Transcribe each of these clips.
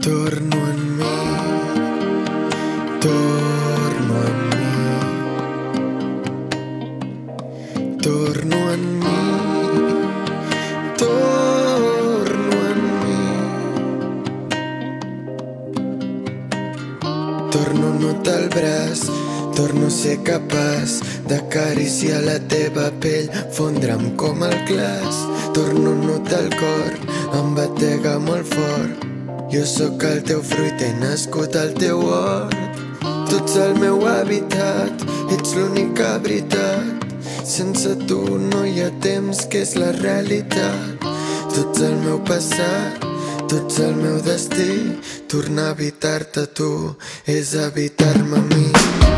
Torno en mi, torno en mi, torno en mi, torno en mi. Torno a notar el braç, torno a ser capaç d'acariciar la teva pell, fondre'm com el glaç. Torno a notar el cor, em batega molt fort. Jo sóc el teu fruit, he nascut al teu hort. Tu ets el meu habitat, ets l'única veritat. Sense tu no hi ha temps, que és la realitat. Tu ets el meu passat, tu ets el meu destí. Tornar a habitar-te tu és habitar-me a mi.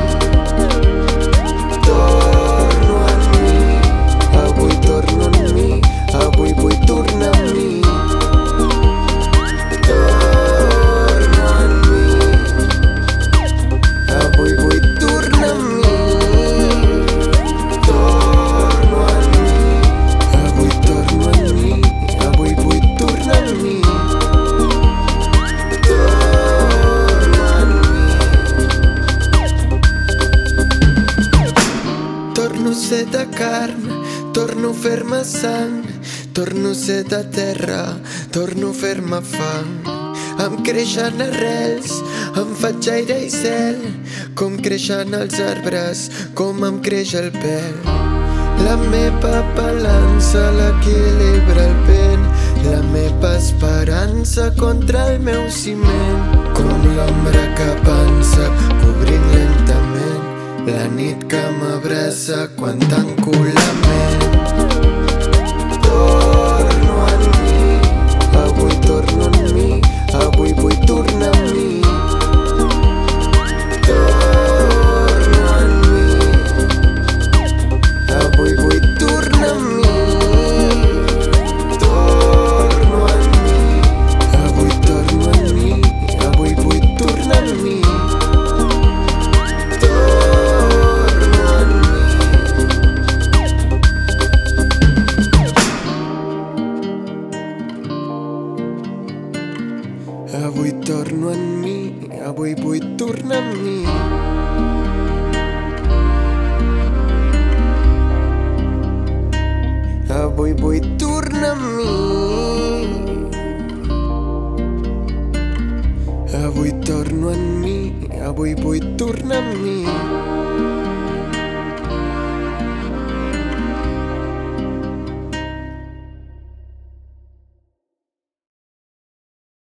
Torno en mi, avui torno en mi, avui vull tornar a mi. Torno a ser de carn, torno a fer-me sang, torno a ser de terra, torno a fer-me fang. Em creixen arrels, em faig aire i cel, com creixen els arbres, com em creix el pèl. La meva balança l'equilibra el vent, la meva esperança contra el meu ciment. Com l'ombra que avança, cobrint lentament la nit que m'abraça quan tanco la ment. Torno en mi, avui torno en mi, avui vull tornar a mi. Torno en mi, avui vull tornar a mi. Torno en mi, avui torno en mi, avui vull tornar a mi. Avui torno en mi, avui vull tornar a mi. Avui vull tornar a mi. Avui torno en mi, avui vull tornar a mi.